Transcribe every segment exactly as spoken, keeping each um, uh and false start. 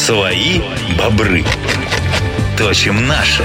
Свои бобры. Точим наши.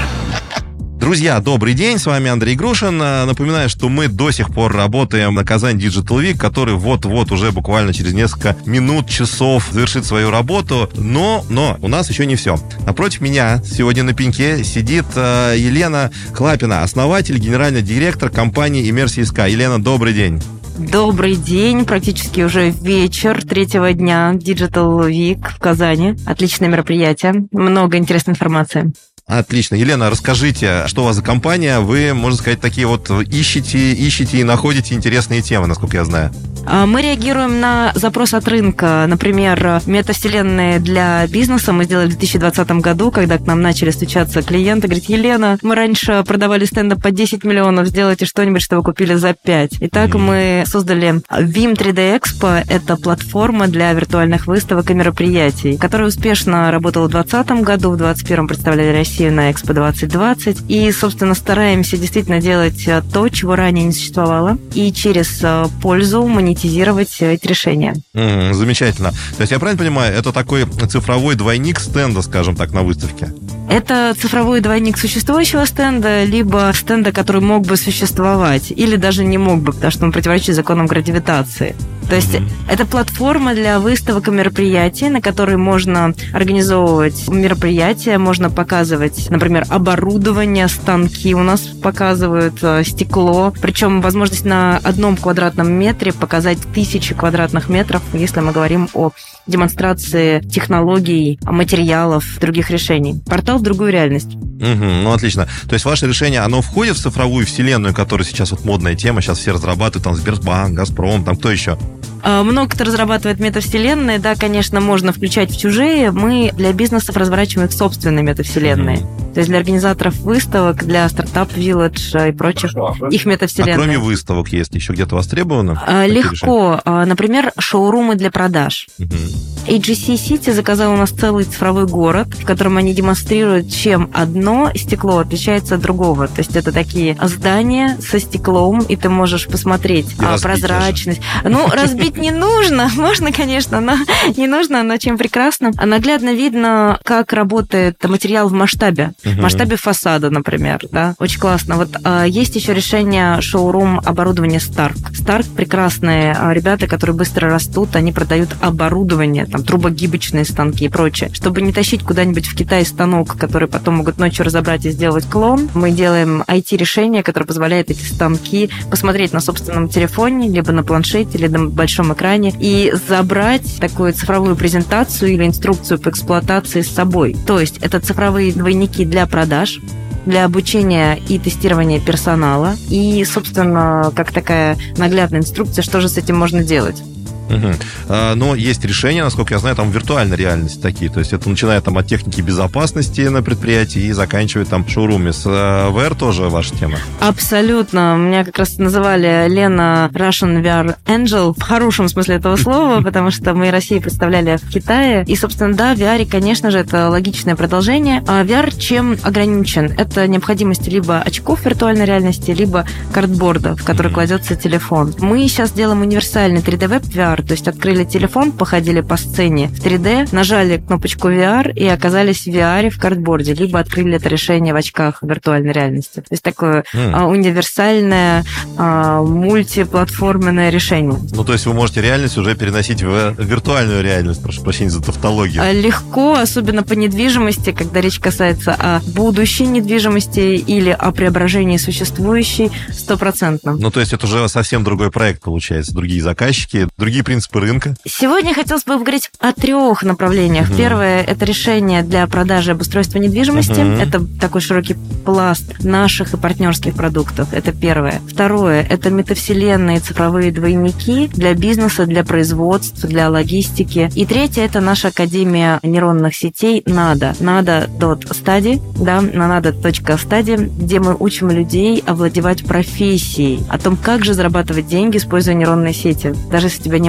Друзья, добрый день, с вами Андрей Грушин. Напоминаю, что мы до сих пор работаем на Казань Digital Week, который вот-вот уже буквально через несколько минут, часов завершит свою работу. Но, но у нас еще не все. Напротив меня сегодня на пеньке сидит Елена Клапина, основатель, генеральный директор компании Immersia эс кей. Елена, добрый день. Добрый день, практически уже вечер третьего дня Digital Week в Казани. Отличное мероприятие, много интересной информации. Отлично. Елена, расскажите, что у вас за компания? Вы, можно сказать, такие вот ищете, ищете и находите интересные темы, насколько я знаю. Мы реагируем на запрос от рынка. Например, метавселенные для бизнеса мы сделали в две тысячи двадцатом году, когда к нам начали стучаться клиенты. Говорит: Елена, мы раньше продавали стенды по десять миллионов, сделайте что-нибудь, что вы купили за пять. Итак, mm-hmm. мы создали ви ай эм три дэ Expo. Это платформа для виртуальных выставок и мероприятий, которая успешно работала в двадцатом году, в двадцать первом представляли Россию на Экспо двадцать двадцать. И, собственно, стараемся действительно делать то, чего ранее не существовало, и через пользу монетизировать эти решения. Mm, замечательно. То есть я правильно понимаю, это такой цифровой двойник стенда, скажем так, на выставке? Это цифровой двойник существующего стенда, либо стенда, который мог бы существовать, или даже не мог бы, потому что он противоречит законам гравитации. То есть mm-hmm. это платформа для выставок и мероприятий, на которой можно организовывать мероприятия, можно показывать, например, оборудование, станки у нас показывают, стекло. Причем возможность на одном квадратном метре показать тысячи квадратных метров, если мы говорим о демонстрации технологий, материалов, других решений. Портал в другую реальность. Угу, ну, отлично. То есть ваше решение, оно входит в цифровую вселенную, которая сейчас вот модная тема, сейчас все разрабатывают, там, Сбербанк, Газпром, там, кто еще? Много кто разрабатывает метавселенные, да, конечно, можно включать в чужие. Мы для бизнесов разворачиваем их собственные метавселенные. Mm-hmm. То есть для организаторов выставок, для стартап Village и прочих, их метавселенные. А кроме выставок есть еще где-то востребовано? Легко. Например, шоурумы для продаж. Mm-hmm. эй джи си City заказал у нас целый цифровой город, в котором они демонстрируют, чем одно стекло отличается от другого. То есть это такие здания со стеклом, и ты можешь посмотреть а, прозрачность. Даже. Ну, разбить не нужно. Можно, конечно, но не нужно, но чем прекрасно. Наглядно видно, как работает материал в масштабе. В масштабе фасада, например. Да? Очень классно. Вот а, есть еще решение шоурум оборудования Stark. Stark прекрасные а, ребята, которые быстро растут, они продают оборудование, там, трубогибочные станки и прочее. Чтобы не тащить куда-нибудь в Китай станок, который потом могут ночью разобрать и сделать клон, мы делаем ай ти-решение, которое позволяет эти станки посмотреть на собственном телефоне, либо на планшете, или на большом экране, и забрать такую цифровую презентацию или инструкцию по эксплуатации с собой. То есть это цифровые двойники для продаж, для обучения и тестирования персонала, и, собственно, как такая наглядная инструкция, что же с этим можно делать. Угу. А, но есть решения, насколько я знаю, там виртуальной реальности такие. То есть это начиная там от техники безопасности на предприятии и заканчивая там шоурумами. С а, ви ар тоже ваша тема? Абсолютно. Меня как раз называли Лена Russian ви ар Angel в хорошем смысле этого слова, потому что мы Россию представляли в Китае. И, собственно, да, в ви ар, конечно же, это логичное продолжение. А ви ар чем ограничен? Это необходимость либо очков виртуальной реальности, либо картборда, в который кладется телефон. Мы сейчас делаем универсальный три дэ веб ви ар. То есть открыли телефон, походили по сцене в три дэ, нажали кнопочку ви ар и оказались в ви ар в картборде, либо открыли это решение в очках виртуальной реальности. То есть такое mm. а, универсальное а, мультиплатформенное решение. Ну, то есть вы можете реальность уже переносить в виртуальную реальность, прошу прощения за тавтологию. Легко, особенно по недвижимости, когда речь касается о будущей недвижимости или о преображении существующей, стопроцентно. Ну, то есть это уже совсем другой проект получается, другие заказчики, другие принципы рынка? Сегодня хотелось бы поговорить о трех направлениях. Uh-huh. Первое – это решение для продажи и обустройства недвижимости. Uh-huh. Это такой широкий пласт наших и партнерских продуктов. Это первое. Второе – это метавселенные цифровые двойники для бизнеса, для производства, для логистики. И третье – это наша Академия нейронных сетей «Надо». Надо.стади, да, на надо.стади, где мы учим людей овладевать профессией, о том, как же зарабатывать деньги, используя нейронные сети. Даже если у тебя не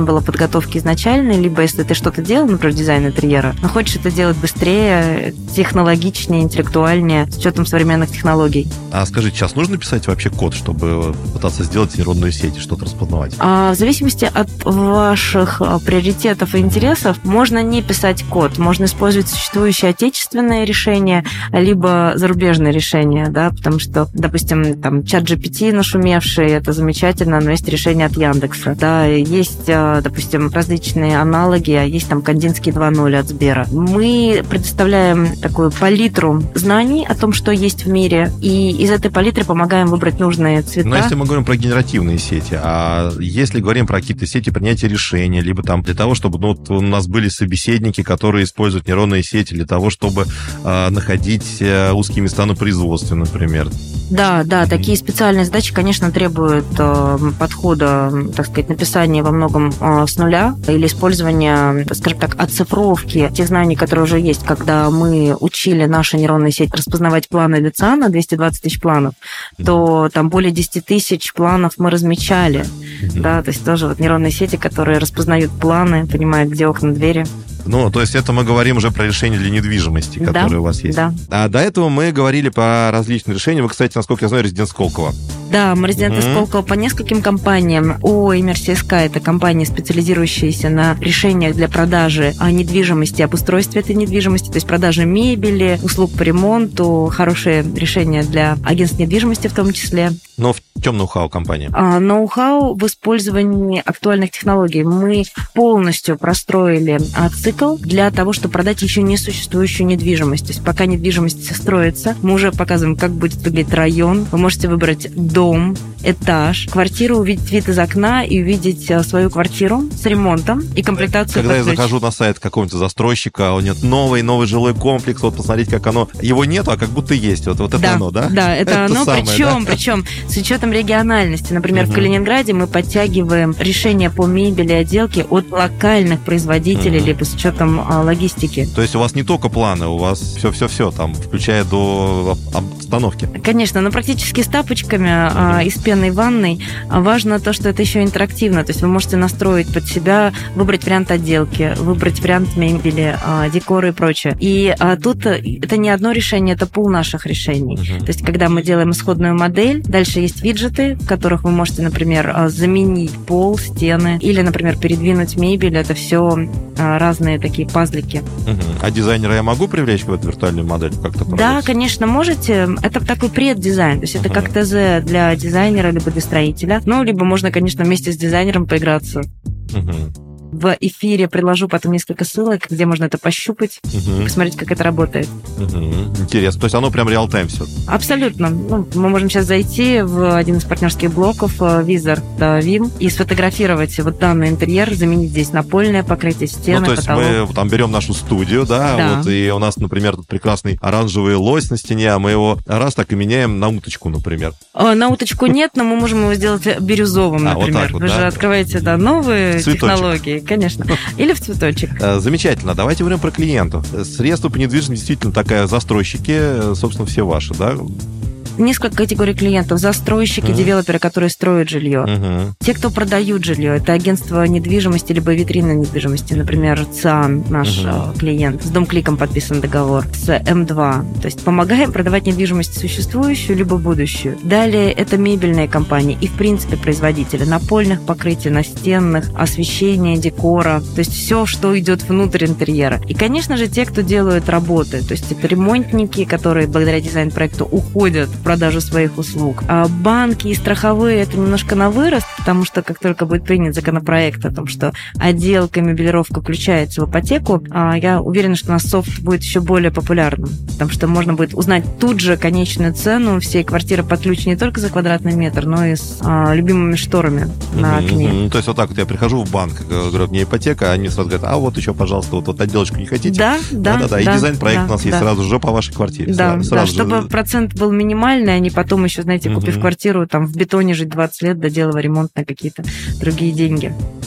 было подготовки изначальной, либо если ты что-то делал, например, дизайн интерьера, но хочешь это делать быстрее, технологичнее, интеллектуальнее, с учетом современных технологий. А скажите, сейчас нужно писать вообще код, чтобы пытаться сделать нейронную сеть, что-то распознавать? А в зависимости от ваших приоритетов и интересов можно не писать код, можно использовать существующие отечественные решения, либо зарубежные решения, да, потому что, допустим, там чат джи пи ти нашумевший, это замечательно, но есть решение от Яндекса, да, есть, допустим, различные аналоги, а есть там Кандинский два ноль от Сбера. Мы предоставляем такую палитру знаний о том, что есть в мире, и из этой палитры помогаем выбрать нужные цвета. Но если мы говорим про генеративные сети, а если говорим про какие-то сети принятия решения, либо там для того, чтобы ну, вот у нас были собеседники, которые используют нейронные сети для того, чтобы э, находить э, узкие места на производстве, например. Да, да, mm-hmm. такие специальные задачи, конечно, требуют э, подхода, так сказать, написания во многом э, с нуля или использования, скажем так, оцифровки тех знаний, которые уже есть. Когда мы учили нашу нейронную сеть распознавать планы лица на двести двадцать тысяч планов, mm-hmm. то там более десять тысяч планов мы размечали. Mm-hmm. Да, то есть тоже вот нейронные сети, которые распознают планы, понимают, где окна, двери. Ну, то есть это мы говорим уже про решения для недвижимости, которые да, у вас есть. Да. А до этого мы говорили про различные решения. Вы, кстати, насколько я знаю, резидент Сколково. Да, мы резиденты mm-hmm. Сколково по нескольким компаниям. ООО «Иммерсия Скай» — это компания, специализирующаяся на решениях для продажи недвижимости, обустройстве этой недвижимости, то есть продажи мебели, услуг по ремонту, хорошие решения для агентств недвижимости в том числе. Но в чем ноу-хау компании? А, ноу-хау в использовании актуальных технологий. Мы полностью простроили а, цикл для того, чтобы продать еще не существующую недвижимость. То есть пока недвижимость строится, мы уже показываем, как будет выглядеть район. Вы можете выбрать дом, этаж, квартиру, увидеть вид из окна и увидеть а, свою квартиру с ремонтом и комплектацию. Когда я захожу на сайт какого-нибудь застройщика, у него новый, новый жилой комплекс, вот посмотреть, как оно... Его нету, а как будто есть. Вот, вот это да, оно, да? Да, это, это оно. Самое, причем, да? причем с учетом региональности. Например, uh-huh. в Калининграде мы подтягиваем решения по мебели и отделке от локальных производителей, uh-huh. либо с учетом а, логистики. То есть у вас не только планы, у вас все-все-все там, включая до обстановки. Конечно, но практически с тапочками uh-huh. а, и с пенной ванной. А важно то, что это еще интерактивно. То есть вы можете настроить под себя, выбрать вариант отделки, выбрать вариант мебели, а, декора и прочее. И а, тут это не одно решение, это пул наших решений. Uh-huh. То есть когда мы делаем исходную модель, дальше есть виджеты, в которых вы можете, например, заменить пол, стены или, например, передвинуть мебель. Это все разные такие пазлики. Угу. А дизайнера я могу привлечь в эту виртуальную модель? Как-то да, конечно, можете. Это такой преддизайн. То есть угу. это как ТЗ для дизайнера либо для строителя. Ну, либо можно, конечно, вместе с дизайнером поиграться. Угу. В эфире приложу потом несколько ссылок, где можно это пощупать, uh-huh. посмотреть, как это работает. Uh-huh. Интересно. То есть оно прям реал-тайм все? Абсолютно. Ну, мы можем сейчас зайти в один из партнерских блоков Wizard Vim и сфотографировать вот данный интерьер, заменить здесь напольное покрытие, стены, ну, то есть потолок. Мы там берем нашу студию, да, да. Вот, и у нас, например, тут прекрасный оранжевый лось на стене, а мы его раз так и меняем на уточку, например. О, на уточку нет, но мы можем его сделать бирюзовым, например. А, вот вот, Вы да? же открываете да, новые Цветочек. технологии. Конечно. Или в цветочек. Замечательно. Давайте говорим про клиентов. Средства по недвижимости действительно такая, застройщики, собственно, все ваши, да? Несколько категорий клиентов. Застройщики, uh-huh. девелоперы, которые строят жилье. Uh-huh. Те, кто продают жилье. Это агентство недвижимости, либо витрина недвижимости. Например, ЦИАН, наш uh-huh. клиент. С Домкликом подписан договор. С эм два. То есть помогаем продавать недвижимость существующую, либо будущую. Далее это мебельные компании и, в принципе, производители напольных покрытий, настенных, освещения, декора. То есть все, что идет внутрь интерьера. И, конечно же, те, кто делают работы. То есть это ремонтники, которые благодаря дизайн-проекту уходят в продажу своих услуг. А банки и страховые это немножко на вырост, потому что как только будет принят законопроект о том, что отделка, мебелировка включается в ипотеку, я уверена, что у нас софт будет еще более популярным, потому что можно будет узнать тут же конечную цену всей квартиры под ключ не только за квадратный метр, но и с а, любимыми шторами mm-hmm. на окне. Mm-hmm. То есть вот так вот я прихожу в банк, говорю, мне ипотека, а они сразу говорят, а вот еще, пожалуйста, вот, вот отделочку не хотите? Да, да, да, да. да И дизайн-проект да, у нас да. есть сразу же по вашей квартире. Да, сразу, да сразу чтобы же... процент был минимальный, а не потом еще, знаете, купив uh-huh. квартиру, там в бетоне жить двадцать лет, доделывая ремонт на какие-то другие деньги.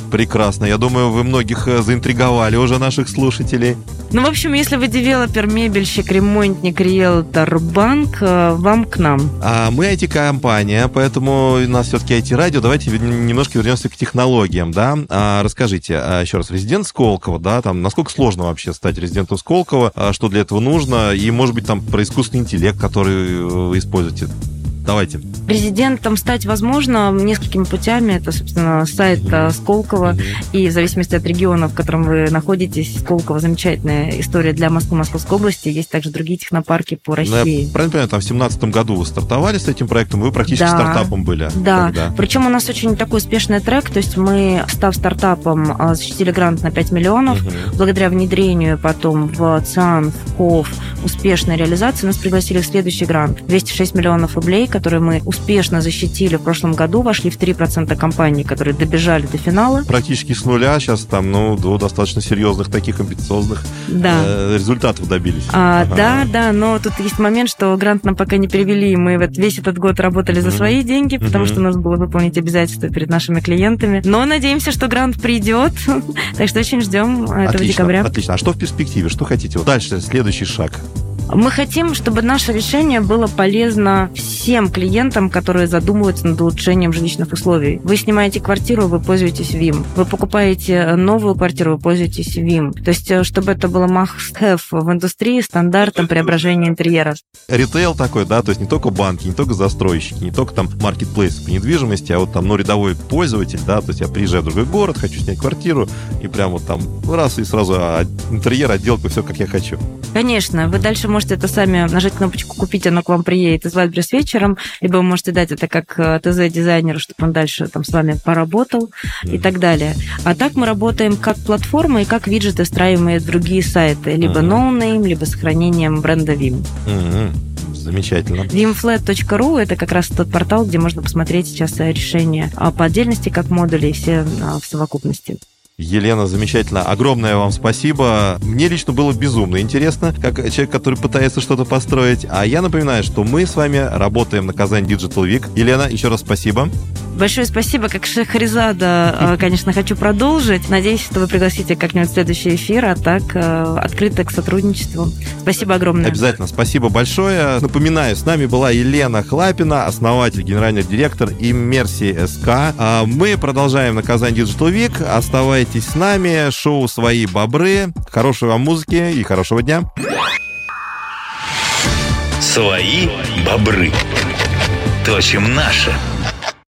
Прекрасно. Я думаю, вы многих заинтриговали уже, наших слушателей. Ну, в общем, если вы девелопер, мебельщик, ремонтник, риэлтор, банк, вам к нам. А мы ай ти-компания, поэтому у нас все-таки ай ти-радио. Давайте немножко вернемся к технологиям, да. А, расскажите, а, еще раз, резидент Сколково, да, там, насколько сложно вообще стать резидентом Сколково, а, что для этого нужно, и, может быть, там про искусственный интеллект, который вы используете. Давайте. Резидентом стать возможно несколькими путями. Это, собственно, сайт mm-hmm. Сколково. Mm-hmm. И в зависимости от региона, в котором вы находитесь, Сколково — замечательная история для Москвы, Московской области. Есть также другие технопарки по России. Ну, я правильно понимаю, там в семнадцатом году вы стартовали с этим проектом, вы практически да. стартапом были. Да, тогда. Причем у нас очень такой успешный трек. То есть мы, став стартапом, защитили грант на пять миллионов. Mm-hmm. Благодаря внедрению потом в ЦИАН, в КОВ, успешной реализации нас пригласили в следующий грант. двести шесть миллионов рублей, которые мы успешно защитили в прошлом году, вошли в три процента компаний, которые добежали до финала. Практически с нуля, сейчас там, ну, до достаточно серьезных таких амбициозных да. э, результатов добились. А, ага. Да, да, но тут есть момент, что грант нам пока не перевели, мы вот весь этот год работали за свои деньги, потому что у нас было выполнить обязательства перед нашими клиентами, но надеемся, что грант придет, так что очень ждем этого декабря. Отлично, а что в перспективе, что хотите? Вот дальше, следующий шаг. Мы хотим, чтобы наше решение было полезно всем клиентам, которые задумываются над улучшением жилищных условий. Вы снимаете квартиру, вы пользуетесь ВИМ. Вы покупаете новую квартиру, вы пользуетесь ВИМ. То есть, чтобы это было must-have в индустрии, стандартом преображения интерьера. Ритейл такой, да, то есть не только банки, не только застройщики, не только там маркетплейсы по недвижимости, а вот там, ну, рядовой пользователь, да, то есть я приезжаю в другой город, хочу снять квартиру, и прям вот там раз и сразу интерьер, отделка, все как я хочу. Конечно, вы дальше можете это сами нажать кнопочку «Купить», оно к вам приедет из Вайлдберрис вечером, либо вы можете дать это как ТЗ-дизайнеру, чтобы он дальше там с вами поработал mm-hmm. и так далее. А так мы работаем как платформа и как виджеты, встраиваемые в другие сайты, либо mm-hmm. no-name, либо с хранением бренда ВИМ. Mm-hmm. Замечательно. вимфлэт точка ру – это как раз тот портал, где можно посмотреть сейчас решения по отдельности, как модули, и все в совокупности. Елена, замечательно. Огромное вам спасибо. Мне лично было безумно интересно, как человек, который пытается что-то построить. А я напоминаю, что мы с вами работаем на Казань Digital Week. Елена, еще раз спасибо. Большое спасибо. Как Шахризада, конечно, хочу продолжить. Надеюсь, что вы пригласите как-нибудь в следующий эфир, а так открыто к сотрудничеству. Спасибо огромное. Обязательно. Спасибо большое. Напоминаю, с нами была Елена Хлапина, основатель, генеральный директор Иммерсии СК. Мы продолжаем на Казань Digital Week. Оставайтесь с нами. Шоу «Свои бобры». Хорошей вам музыки и хорошего дня. Свои бобры. Точим наше.